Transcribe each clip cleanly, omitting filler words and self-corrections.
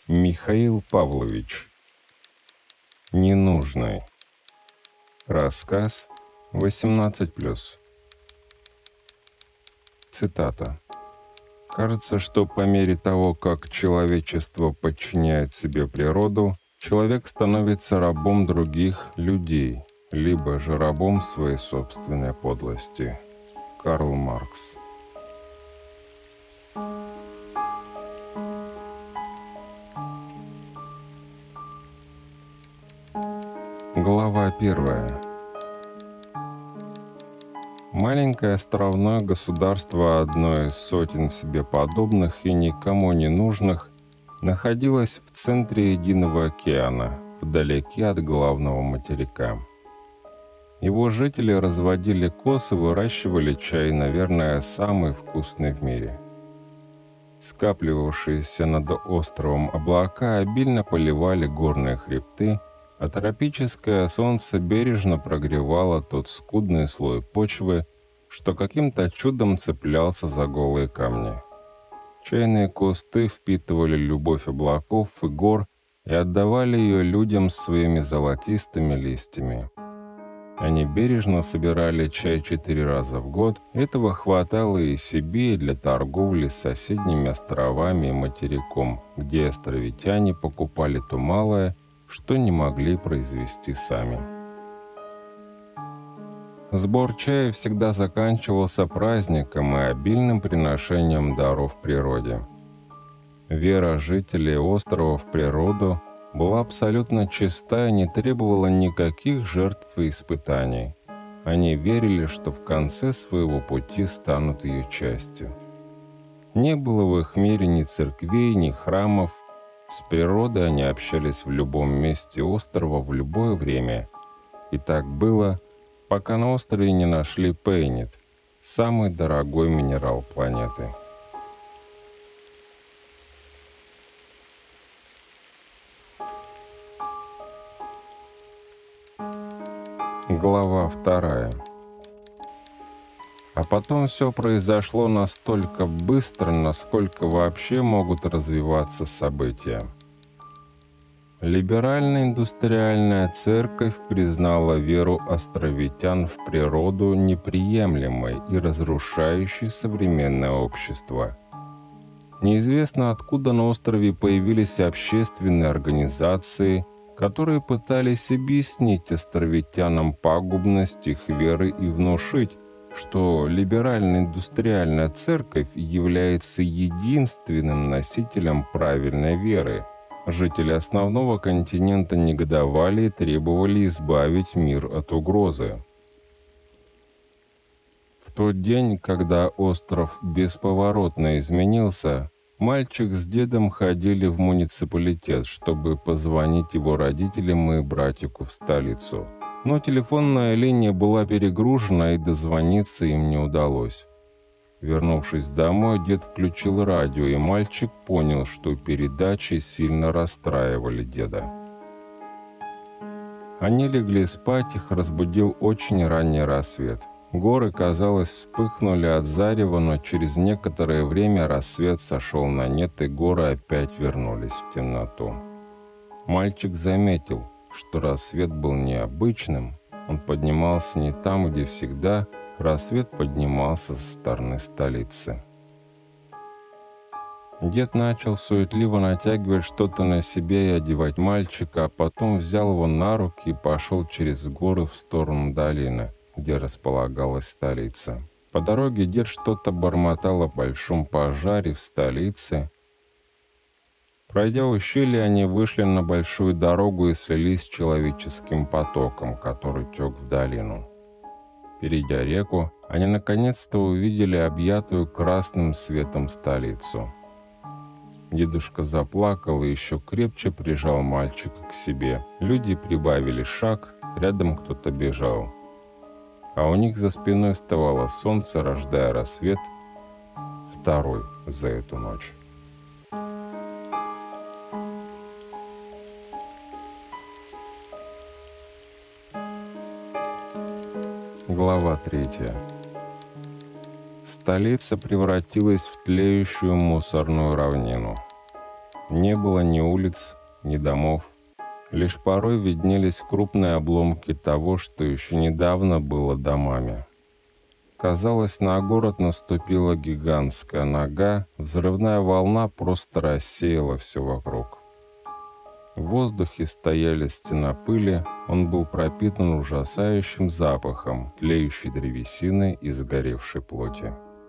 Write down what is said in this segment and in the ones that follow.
Михаил Павлович. Ненужный. Рассказ 18+. Цитата. Кажется, что по мере того, как человечество подчиняет себе природу, человек становится рабом других людей, либо же рабом своей собственной подлости. Карл Маркс. Глава 1. Маленькое островное государство, одно из сотен себе подобных и никому не нужных, находилось в центре единого океана, вдалеке от главного материка. Его жители разводили коз и выращивали чай, наверное, самый вкусный в мире. Скапливавшиеся над островом облака обильно поливали горные хребты, а тропическое солнце бережно прогревало тот скудный слой почвы, что каким-то чудом цеплялся за голые камни. Чайные кусты впитывали любовь облаков и гор и отдавали ее людям своими золотистыми листьями. Они бережно собирали чай 4 раза в год, этого хватало и себе, и для торговли с соседними островами и материком, где островитяне покупали то малое, что не могли произвести сами. Сбор чая всегда заканчивался праздником и обильным приношением даров природе. Вера жителей острова в природу была абсолютно чиста и не требовала никаких жертв и испытаний. Они верили, что в конце своего пути станут ее частью. Не было в их мире ни церквей, ни храмов. С природой они общались в любом месте острова в любое время. И так было, пока на острове не нашли пейнит, самый дорогой минерал планеты. Глава 2. А потом все произошло настолько быстро, насколько вообще могут развиваться события. Либеральная индустриальная церковь признала веру островитян в природу неприемлемой и разрушающей современное общество. Неизвестно, откуда на острове появились общественные организации, которые пытались объяснить островитянам пагубность их веры и внушить, что либеральная индустриальная церковь является единственным носителем правильной веры. Жители основного континента негодовали и требовали избавить мир от угрозы. В тот день, когда остров бесповоротно изменился, мальчик с дедом ходили в муниципалитет, чтобы позвонить его родителям и братику в столицу. Но телефонная линия была перегружена, и дозвониться им не удалось. Вернувшись домой, дед включил радио, и мальчик понял, что передачи сильно расстраивали деда. Они легли спать, их разбудил очень ранний рассвет. Горы, казалось, вспыхнули от зарева, но через некоторое время рассвет сошел на нет, и горы опять вернулись в темноту. Мальчик заметил, что рассвет был необычным, он поднимался не там, где всегда, рассвет поднимался со стороны столицы. Дед начал суетливо натягивать что-то на себя и одевать мальчика, а потом взял его на руки и пошел через горы в сторону долины, где располагалась столица. По дороге дед что-то бормотал о большом пожаре в столице. Пройдя ущелье, они вышли на большую дорогу и слились с человеческим потоком, который тек в долину. Перейдя реку, они наконец-то увидели объятую красным светом столицу. Дедушка заплакал и еще крепче прижал мальчика к себе. Люди прибавили шаг, рядом кто-то бежал. А у них за спиной вставало солнце, рождая рассвет, второй за эту ночь. Глава 3. Столица превратилась в тлеющую мусорную равнину. Не было ни улиц, ни домов. Лишь порой виднелись крупные обломки того, что еще недавно было домами. Казалось, на город наступила гигантская нога, взрывная волна просто рассеяла все вокруг. В воздухе стояли стена пыли, он был пропитан ужасающим запахом тлеющей древесины и сгоревшей плоти.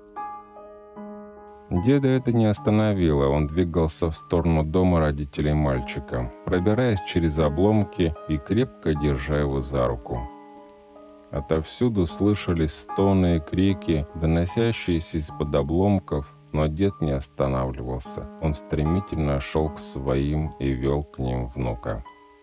Деда это не остановило, он двигался в сторону дома родителей мальчика, пробираясь через обломки и крепко держа его за руку. Отовсюду слышались стоны и крики, доносящиеся из-под обломков, но дед не останавливался. Он стремительно шел к своим и вел к ним внука.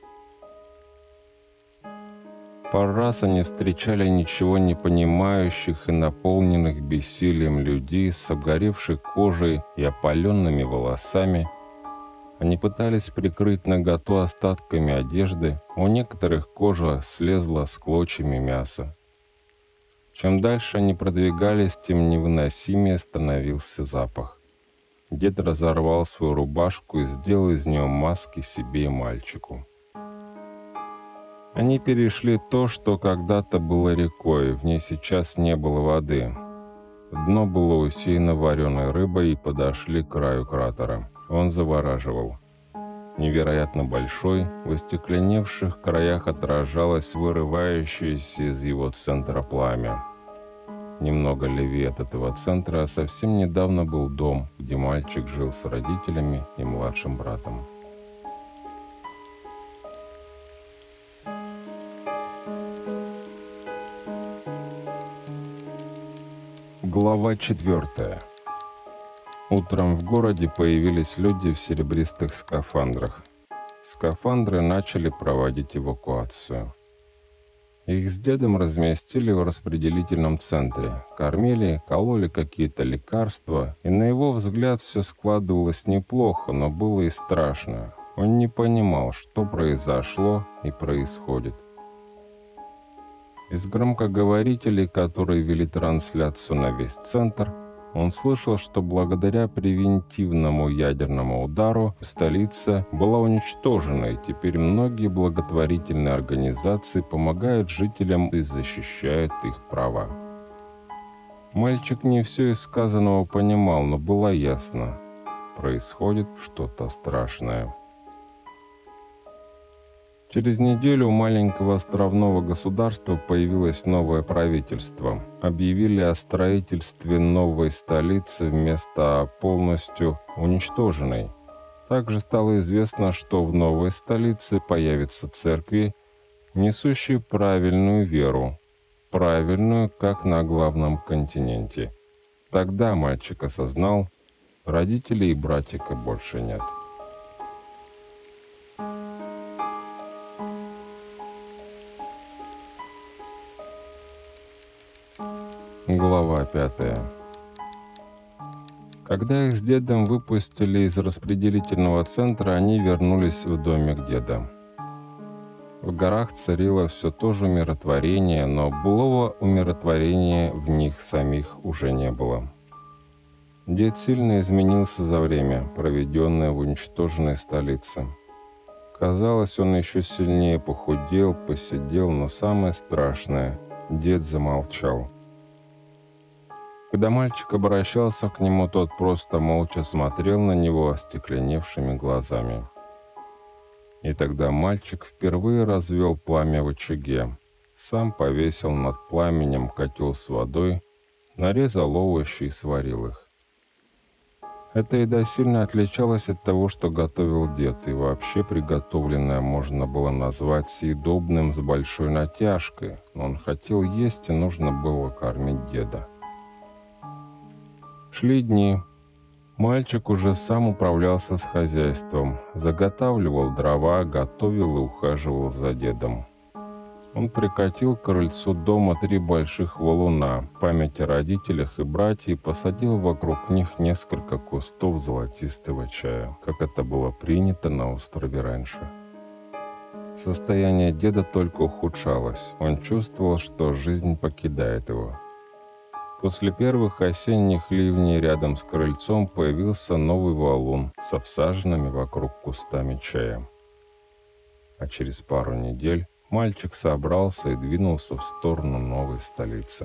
Пару раз они встречали ничего не понимающих и наполненных бессилием людей с обгоревшей кожей и опаленными волосами. Они пытались прикрыть наготу остатками одежды, у некоторых кожа слезла с клочьями мяса. Чем дальше они продвигались, тем невыносимее становился запах. Дед разорвал свою рубашку и сделал из нее маски себе и мальчику. Они перешли то, что когда-то было рекой, в ней сейчас не было воды. Дно было усеяно вареной рыбой и подошли к краю кратера. Он завораживал. Невероятно большой, в остекленевших краях отражалось вырывающееся из его центра пламя. Немного левее от этого центра совсем недавно был дом, где мальчик жил с родителями и младшим братом. Глава 4. Утром в городе появились люди в серебристых скафандрах. Скафандры начали проводить эвакуацию. Их с дедом разместили в распределительном центре, кормили, кололи какие-то лекарства, и на его взгляд все складывалось неплохо, но было и страшно. Он не понимал, что произошло и происходит. Из громкоговорителей, которые вели трансляцию на весь центр, он слышал, что благодаря превентивному ядерному удару столица была уничтожена, и теперь многие благотворительные организации помогают жителям и защищают их права. Мальчик не все из сказанного понимал, но было ясно – происходит что-то страшное. Через неделю у маленького островного государства появилось новое правительство. Объявили о строительстве новой столицы вместо полностью уничтоженной. Также стало известно, что в новой столице появятся церкви, несущие правильную веру. Правильную, как на главном континенте. Тогда мальчик осознал, родителей и братика больше нет. Глава 5. Когда их с дедом выпустили из распределительного центра, они вернулись в домик деда. В горах царило все то же умиротворение, но былого умиротворения в них самих уже не было. Дед сильно изменился за время, проведенное в уничтоженной столице. Казалось, он еще сильнее похудел, посидел, но самое страшное – дед замолчал. Когда мальчик обращался к нему, тот просто молча смотрел на него остекленевшими глазами. И тогда мальчик впервые развел пламя в очаге, сам повесил над пламенем котел с водой, нарезал овощи и сварил их. Эта еда сильно отличалась от того, что готовил дед, и вообще приготовленное можно было назвать съедобным с большой натяжкой, но он хотел есть, и нужно было кормить деда. Шли дни. Мальчик уже сам управлялся с хозяйством, заготавливал дрова, готовил и ухаживал за дедом. Он прикатил к крыльцу дома 3 больших валуна, память о родителях и братьях, и посадил вокруг них несколько кустов золотистого чая, как это было принято на острове раньше. Состояние деда только ухудшалось, он чувствовал, что жизнь покидает его. После первых осенних ливней рядом с крыльцом появился новый валун с обсаженными вокруг кустами чая. А через пару недель мальчик собрался и двинулся в сторону новой столицы.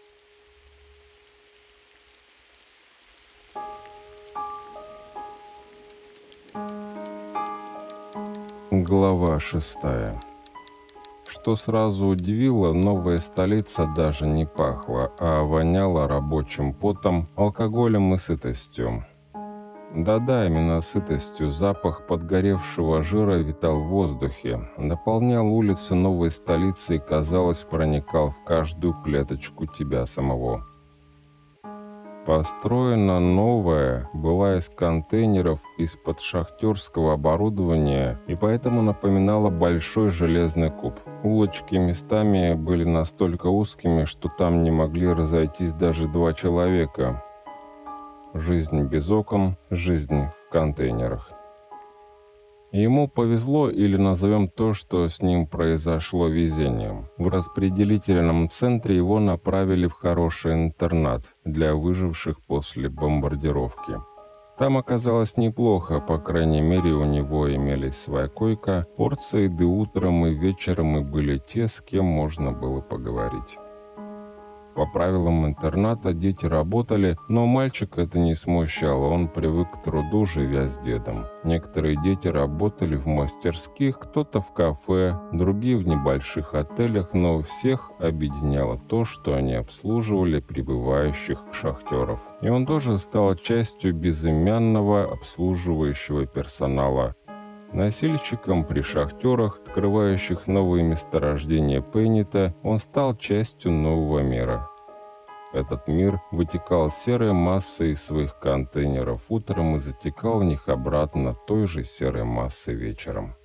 Глава 6. Что сразу удивило, новая столица даже не пахла, а воняла рабочим потом, алкоголем и сытостью. Да-да, именно сытостью. Запах подгоревшего жира витал в воздухе, наполнял улицы новой столицы и, казалось, проникал в каждую клеточку тебя самого. Построена новая была из контейнеров из-под шахтерского оборудования и поэтому напоминала большой железный куб. Улочки местами были настолько узкими, что там не могли разойтись даже два человека. Жизнь без окон, жизнь в контейнерах. Ему повезло, или назовем то, что с ним произошло, везением. В распределительном центре его направили в хороший интернат для выживших после бомбардировки. Там оказалось неплохо, по крайней мере у него имелись своя койка, порции еды утром и вечером, и были те, с кем можно было поговорить. По правилам интерната дети работали, но мальчик это не смущало, он привык к труду, живя с дедом. Некоторые дети работали в мастерских, кто-то в кафе, другие в небольших отелях, но всех объединяло то, что они обслуживали прибывающих шахтеров. И он тоже стал частью безымянного обслуживающего персонала. Носильщиком при шахтерах, открывающих новые месторождения Пеннита, он стал частью нового мира. Этот мир вытекал серой массой из своих контейнеров утром и затекал в них обратно той же серой массой вечером.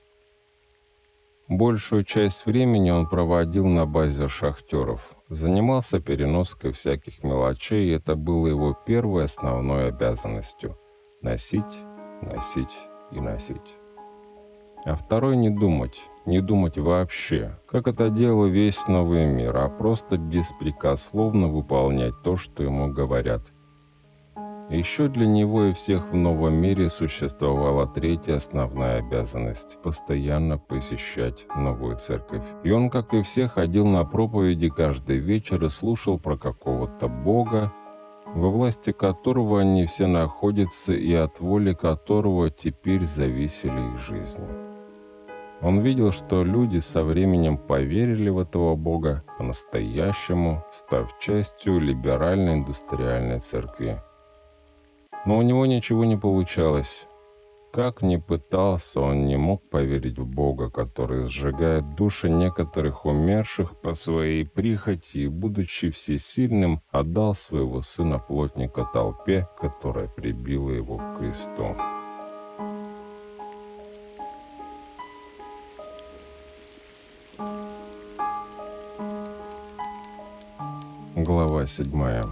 Большую часть времени он проводил на базе шахтеров, занимался переноской всяких мелочей, и это было его первой основной обязанностью – носить, носить и носить. А второй не думать вообще, как это делал весь новый мир, а просто беспрекословно выполнять то, что ему говорят. Еще для него и всех в новом мире существовала третья основная обязанность – постоянно посещать новую церковь. И он, как и все, ходил на проповеди каждый вечер и слушал про какого-то Бога, во власти которого они все находятся и от воли которого теперь зависели их жизни. Он видел, что люди со временем поверили в этого Бога по-настоящему, став частью либеральной индустриальной церкви. Но у него ничего не получалось. Как ни пытался, он не мог поверить в Бога, который сжигает души некоторых умерших по своей прихоти и, будучи всесильным, отдал своего сына-плотника толпе, которая прибила его к кресту. Глава 7.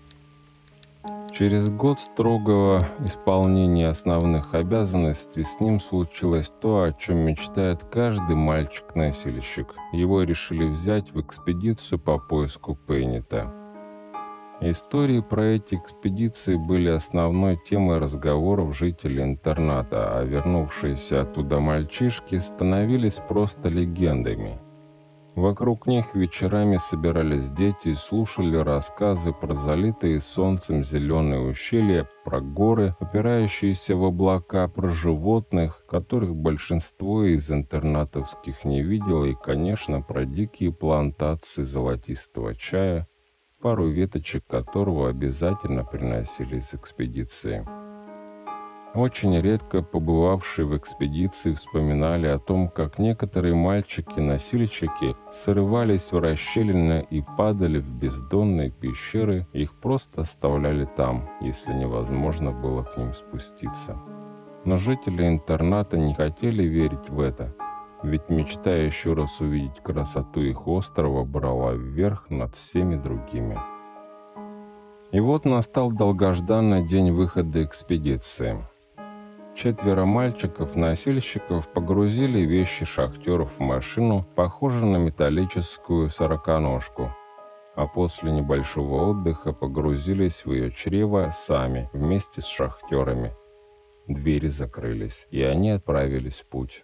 Через год строгого исполнения основных обязанностей с ним случилось то, о чем мечтает каждый мальчик-носильщик. Его решили взять в экспедицию по поиску Пеннита. Истории про эти экспедиции были основной темой разговоров жителей интерната, а вернувшиеся оттуда мальчишки становились просто легендами. Вокруг них вечерами собирались дети и слушали рассказы про залитые солнцем зеленые ущелья, про горы, опирающиеся в облака, про животных, которых большинство из интернатовских не видело, и, конечно, про дикие плантации золотистого чая, пару веточек которого обязательно приносили из экспедиции. Очень редко побывавшие в экспедиции вспоминали о том, как некоторые мальчики-носильщики срывались в расщелины и падали в бездонные пещеры, их просто оставляли там, если невозможно было к ним спуститься. Но жители интерната не хотели верить в это, ведь мечта еще раз увидеть красоту их острова брала вверх над всеми другими. И вот настал долгожданный день выхода экспедиции. 4 мальчиков-носильщиков погрузили вещи шахтеров в машину, похожую на металлическую сороконожку. а после небольшого отдыха погрузились в ее чрево сами, вместе с шахтерами. Двери закрылись, и они отправились в путь.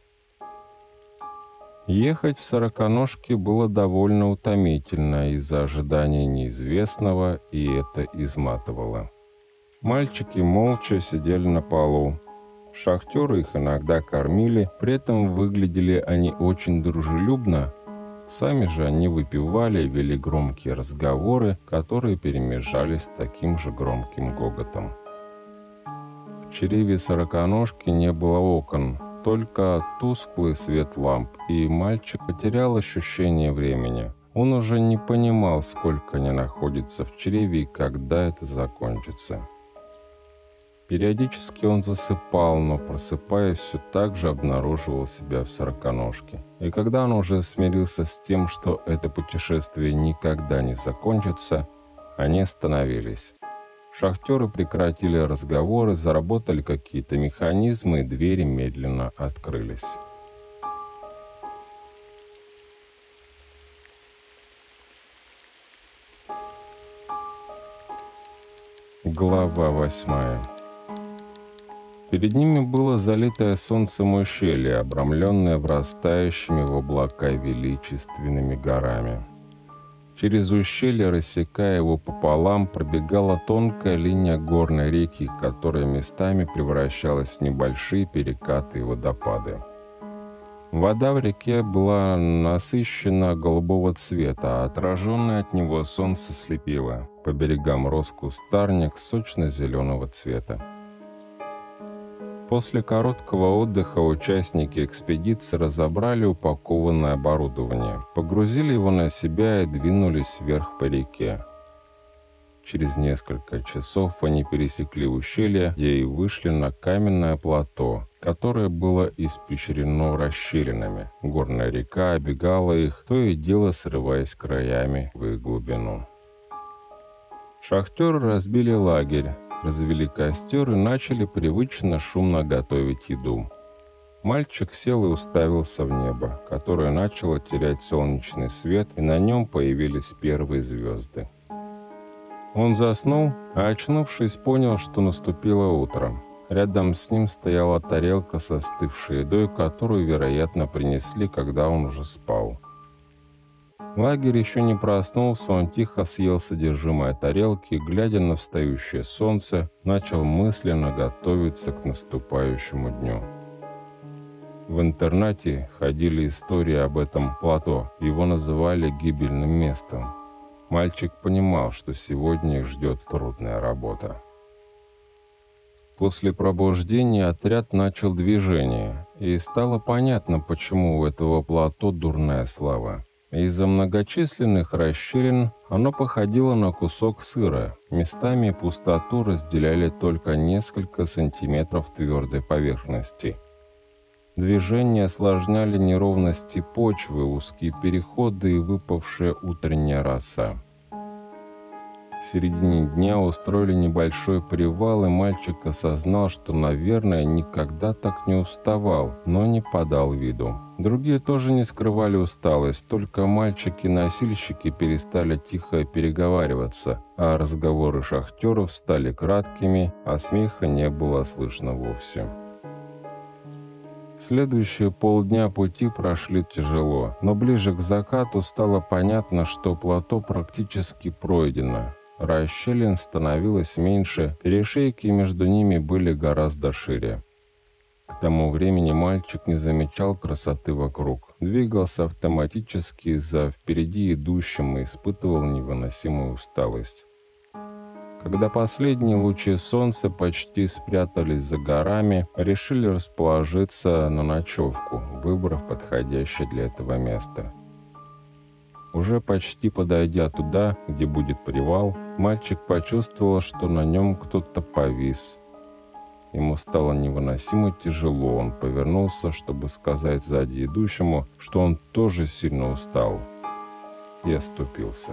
Ехать в Сороконожке было довольно утомительно из-за ожидания неизвестного, и это изматывало. Мальчики молча сидели на полу. Шахтеры их иногда кормили, при этом выглядели они очень дружелюбно. Сами же они выпивали и вели громкие разговоры, которые перемежались с таким же громким гоготом. В чреве Сороконожки не было окон, только тусклый свет ламп, и мальчик потерял ощущение времени. Он уже не понимал, сколько они находятся в чреве и когда это закончится. Периодически он засыпал, но, просыпаясь, все так же обнаруживал себя в Сороконожке. И когда он уже смирился с тем, что это путешествие никогда не закончится, они остановились. Шахтеры прекратили разговоры, заработали какие-то механизмы, и двери медленно открылись. Глава 8. Перед ними было залитое солнцем ущелье, обрамленное врастающими в облака величественными горами. Через ущелье, рассекая его пополам, пробегала тонкая линия горной реки, которая местами превращалась в небольшие перекаты и водопады. Вода в реке была насыщена голубого цвета, а отраженное от него солнце слепило. По берегам рос кустарник сочно-зеленого цвета. После короткого отдыха участники экспедиции разобрали упакованное оборудование, погрузили его на себя и двинулись вверх по реке. Через несколько часов они пересекли ущелье, где и вышли на каменное плато, которое было испещрено расщелинами. Горная река обегала их, то и дело срываясь краями в их глубину. Шахтеры разбили лагерь, развели костер и начали привычно шумно готовить еду. Мальчик сел и уставился в небо, которое начало терять солнечный свет, и на нем появились первые звезды. Он заснул, а очнувшись, понял, что наступило утро. Рядом с ним стояла тарелка со остывшей едой, которую, вероятно, принесли, когда он уже спал. Лагерь еще не проснулся, он тихо съел содержимое тарелки, глядя на встающее солнце, начал мысленно готовиться к наступающему дню. В интернете ходили истории об этом плато, его называли гибельным местом. Мальчик понимал, что сегодня их ждет трудная работа. После пробуждения отряд начал движение, и стало понятно, почему у этого плато дурная слава. Из-за многочисленных расщелин оно походило на кусок сыра. Местами пустоту разделяли только несколько сантиметров твердой поверхности. Движение осложняли неровности почвы, узкие переходы и выпавшая утренняя роса. В середине дня устроили небольшой привал, и мальчик осознал, что, наверное, никогда так не уставал, но не подал виду. Другие тоже не скрывали усталость, только мальчики-носильщики перестали тихо переговариваться, а разговоры шахтеров стали краткими, а смеха не было слышно вовсе. Следующие полдня пути прошли тяжело, но ближе к закату стало понятно, что плато практически пройдено. Расщелин становилось меньше, перешейки между ними были гораздо шире. К тому времени мальчик не замечал красоты вокруг, двигался автоматически за впереди идущим и испытывал невыносимую усталость. Когда последние лучи солнца почти спрятались за горами, решили расположиться на ночевку, выбрав подходящее для этого место. Уже почти подойдя туда, где будет привал, мальчик почувствовал, что на нем кто-то повис. Ему стало невыносимо тяжело, он повернулся, чтобы сказать сзади идущему, что он тоже сильно устал, и оступился.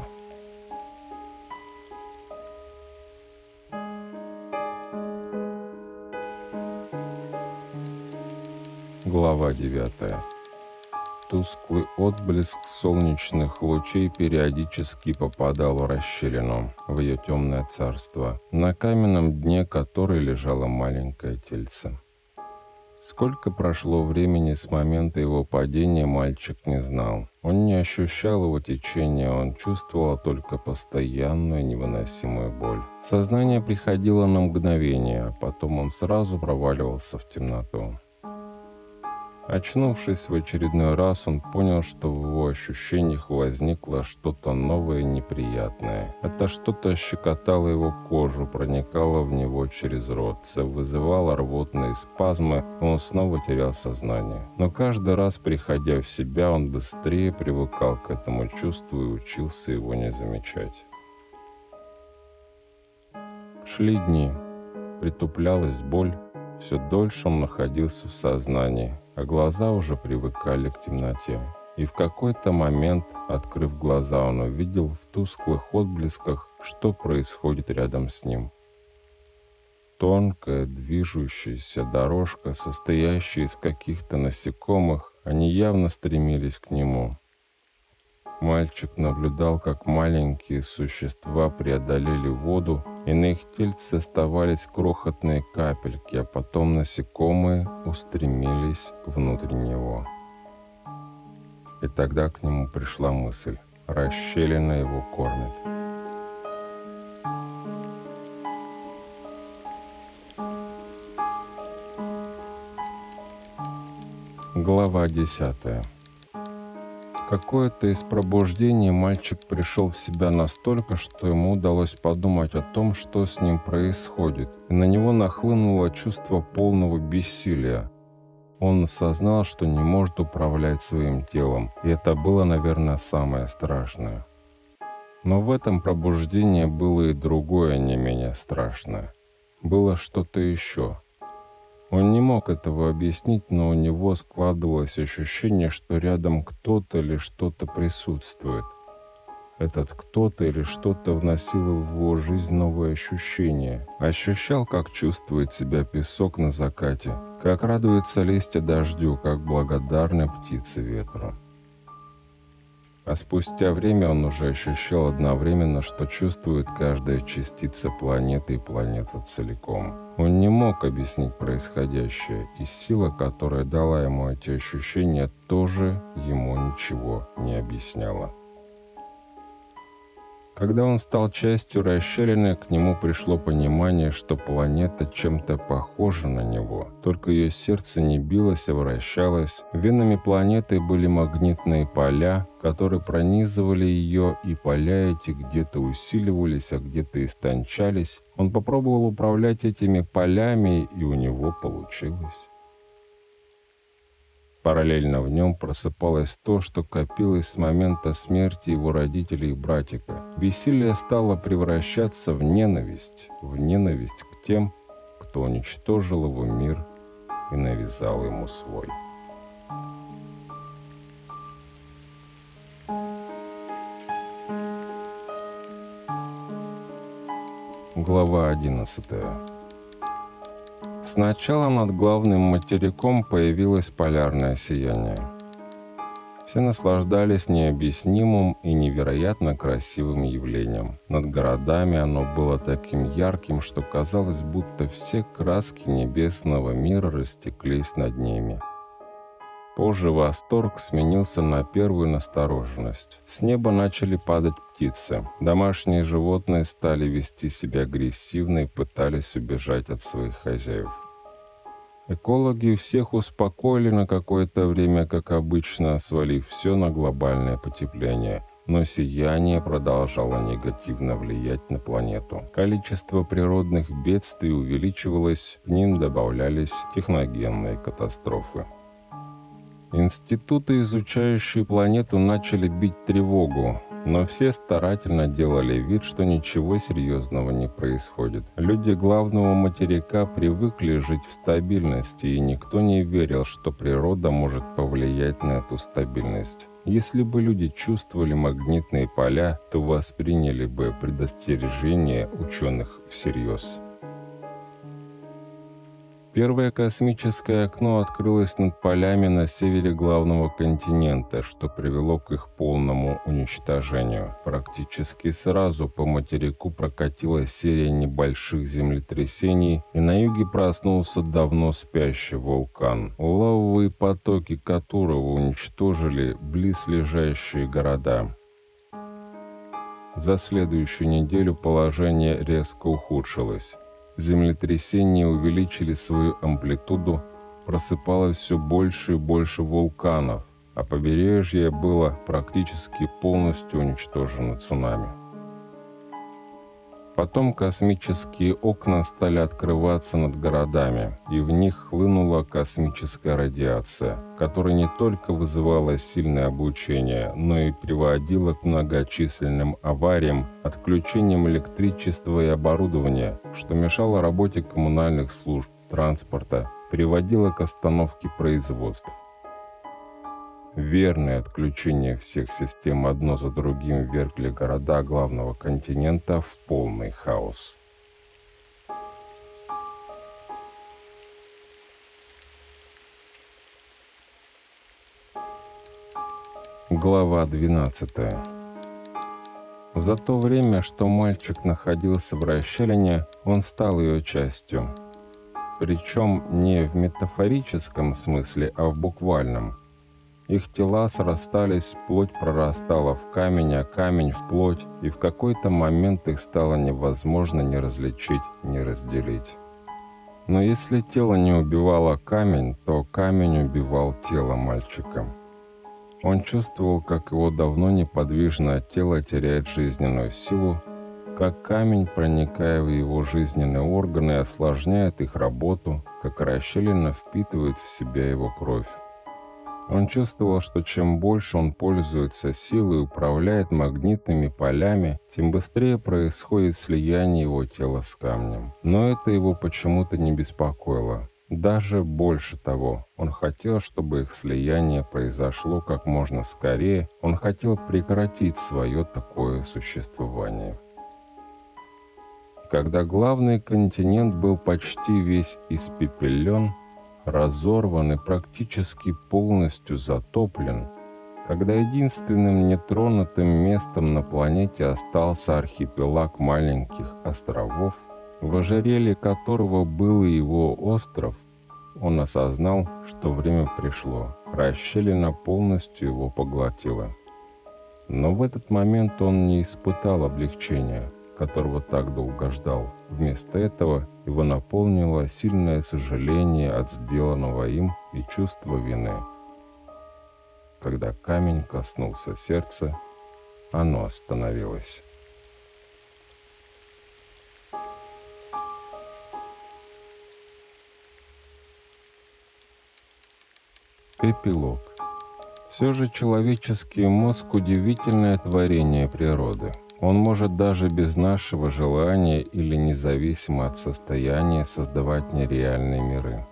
Глава 9. тусклый отблеск солнечных лучей периодически попадал в расщелину, в ее темное царство, на каменном дне которой лежало маленькое тельце. Сколько прошло времени с момента его падения, мальчик не знал. Он не ощущал его течения, он чувствовал только постоянную невыносимую боль. Сознание приходило на мгновение, а потом он сразу проваливался в темноту. Очнувшись в очередной раз, он понял, что в его ощущениях возникло что-то новое и неприятное. Это что-то щекотало его кожу, проникало в него через рот, вызывало рвотные спазмы, и он снова терял сознание. Но каждый раз, приходя в себя, он быстрее привыкал к этому чувству и учился его не замечать. Шли дни. Притуплялась боль. Все дольше он находился в сознании, а глаза уже привыкали к темноте. И в какой-то момент, открыв глаза, он увидел в тусклых отблесках, что происходит рядом с ним. Тонкая, движущаяся дорожка, состоящая из каких-то насекомых, они явно стремились к нему. Мальчик наблюдал, как маленькие существа преодолели воду, и на их тельце оставались крохотные капельки, а потом насекомые устремились внутрь него. И тогда к нему пришла мысль: расщелина его кормит. Глава 10. Какое-то из пробуждений мальчик пришел в себя настолько, что ему удалось подумать о том, что с ним происходит, и на него нахлынуло чувство полного бессилия. Он осознал, что не может управлять своим телом, и это было, наверное, самое страшное. Но в этом пробуждении было и другое, не менее страшное. Было что-то еще. Он не мог этого объяснить, но у него складывалось ощущение, что рядом кто-то или что-то присутствует. Этот кто-то или что-то вносило в его жизнь новые ощущения. Ощущал, как чувствует себя песок на закате, как радуется листья дождю, как благодарны птицы ветру. А спустя время он уже ощущал одновременно, что чувствует каждая частица планеты и планета целиком. Он не мог объяснить происходящее, и сила, которая дала ему эти ощущения, тоже ему ничего не объясняла. Когда он стал частью расщелины, к нему пришло понимание, что планета чем-то похожа на него. Только ее сердце не билось, а вращалось. Венами планеты были магнитные поля, которые пронизывали ее, и поля эти где-то усиливались, а где-то истончались. Он попробовал управлять этими полями, и у него получилось. Параллельно в нем просыпалось то, что копилось с момента смерти его родителей и братика. Бессилие стало превращаться в ненависть к тем, кто уничтожил его мир и навязал ему свой. Глава 11. Сначала над главным материком появилось полярное сияние. Все наслаждались необъяснимым и невероятно красивым явлением. Над городами оно было таким ярким, что казалось, будто все краски небесного мира растеклись над ними. Позже восторг сменился на первую настороженность. С неба начали падать птицы. Домашние животные стали вести себя агрессивно и пытались убежать от своих хозяев. Экологи всех успокоили на какое-то время, как обычно, свалив все на глобальное потепление. Но сияние продолжало негативно влиять на планету. Количество природных бедствий увеличивалось, к ним добавлялись техногенные катастрофы. Институты, изучающие планету, начали бить тревогу, но все старательно делали вид, что ничего серьезного не происходит. Люди главного материка привыкли жить в стабильности, и никто не верил, что природа может повлиять на эту стабильность. Если бы люди чувствовали магнитные поля, то восприняли бы предостережение ученых всерьез. Первое космическое окно открылось над полями на севере главного континента, что привело к их полному уничтожению. Практически сразу по материку прокатилась серия небольших землетрясений, и на юге проснулся давно спящий вулкан, лавовые потоки которого уничтожили близлежащие города. За следующую неделю положение резко ухудшилось. Землетрясения увеличили свою амплитуду, просыпалось все больше и больше вулканов, а побережье было практически полностью уничтожено цунами. Потом космические окна стали открываться над городами, и в них хлынула космическая радиация, которая не только вызывала сильное облучение, но и приводила к многочисленным авариям, отключениям электричества и оборудования, что мешало работе коммунальных служб, транспорта, приводило к остановке производств. Верное отключение всех систем одно за другим ввергли города главного континента в полный хаос. Глава 12. За то время, что мальчик находился в расщелине, он стал ее частью. Причем не в метафорическом смысле, а в буквальном. Их тела срастались, плоть прорастала в камень, а камень в плоть, и в какой-то момент их стало невозможно ни различить, ни разделить. Но если тело не убивало камень, то камень убивал тело мальчика. Он чувствовал, как его давно неподвижное тело теряет жизненную силу, как камень, проникая в его жизненные органы, осложняет их работу, как расщелина впитывает в себя его кровь. Он чувствовал, что чем больше он пользуется силой и управляет магнитными полями, тем быстрее происходит слияние его тела с камнем. Но это его почему-то не беспокоило. Даже больше того, он хотел, чтобы их слияние произошло как можно скорее, он хотел прекратить свое такое существование. Когда главный континент был почти весь испепелен, разорван и практически полностью затоплен, когда единственным нетронутым местом на планете остался архипелаг маленьких островов, в ожерелье которого был и его остров, он осознал, что время пришло, расщелина полностью его поглотила. Но в этот момент он не испытал облегчения, которого так долго ждал. Вместо этого его наполнило сильное сожаление от сделанного им и чувство вины. Когда камень коснулся сердца, оно остановилось. Эпилог. Все же человеческий мозг – удивительное творение природы. Он может даже без нашего желания или независимо от состояния создавать нереальные миры.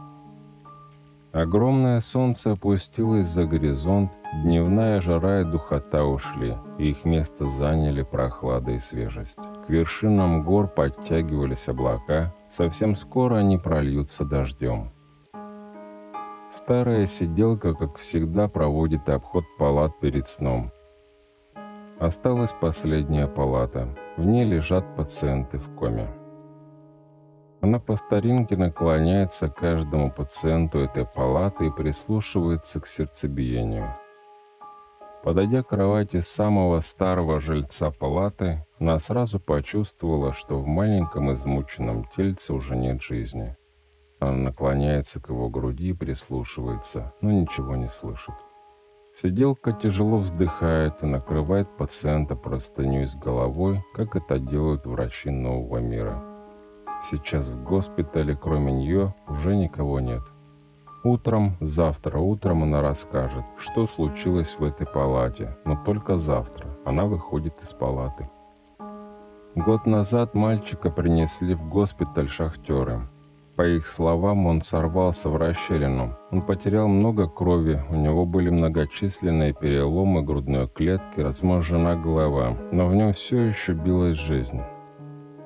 Огромное солнце опустилось за горизонт, дневная жара и духота ушли, и их место заняли прохлада и свежесть. К вершинам гор подтягивались облака, совсем скоро они прольются дождем. Старая сиделка, как всегда, проводит обход палат перед сном. Осталась последняя палата. В ней лежат пациенты в коме. Она по старинке наклоняется к каждому пациенту этой палаты и прислушивается к сердцебиению. Подойдя к кровати самого старого жильца палаты, она сразу почувствовала, что в маленьком измученном тельце уже нет жизни. Она наклоняется к его груди и прислушивается, но ничего не слышит. Сиделка тяжело вздыхает и накрывает пациента простыней с головой, как это делают врачи нового мира. Сейчас в госпитале, кроме нее, уже никого нет. Завтра утром она расскажет, что случилось в этой палате, но только завтра она выходит из палаты. Год назад мальчика принесли в госпиталь шахтеры. По их словам, он сорвался в расщелину. Он потерял много крови, у него были многочисленные переломы грудной клетки, размозжена голова, но в нем все еще билась жизнь.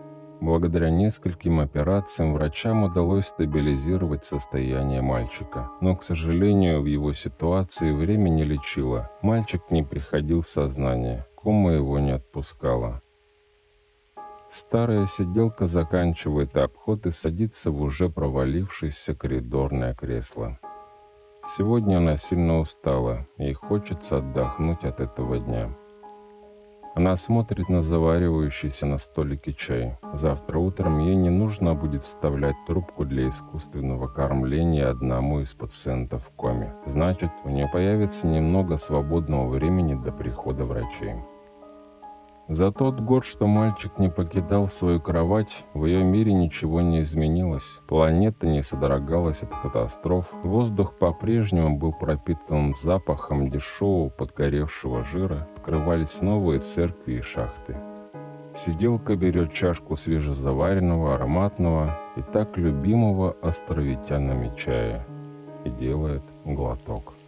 Благодаря нескольким операциям врачам удалось стабилизировать состояние мальчика. Но, к сожалению, в его ситуации время не лечило. Мальчик не приходил в сознание. Кома его не отпускала. Старая сиделка заканчивает обход и садится в уже провалившееся коридорное кресло. Сегодня она сильно устала, и хочется отдохнуть от этого дня. Она смотрит на заваривающийся на столике чай. Завтра утром ей не нужно будет вставлять трубку для искусственного кормления одному из пациентов в коме. Значит, у нее появится немного свободного времени до прихода врачей. За тот год, что мальчик не покидал свою кровать, в ее мире ничего не изменилось. Планета не содрогалась от катастроф. Воздух по-прежнему был пропитан запахом дешевого подгоревшего жира. Открывались новые церкви и шахты. Сиделка берет чашку свежезаваренного, ароматного и так любимого островитянами чая и делает глоток.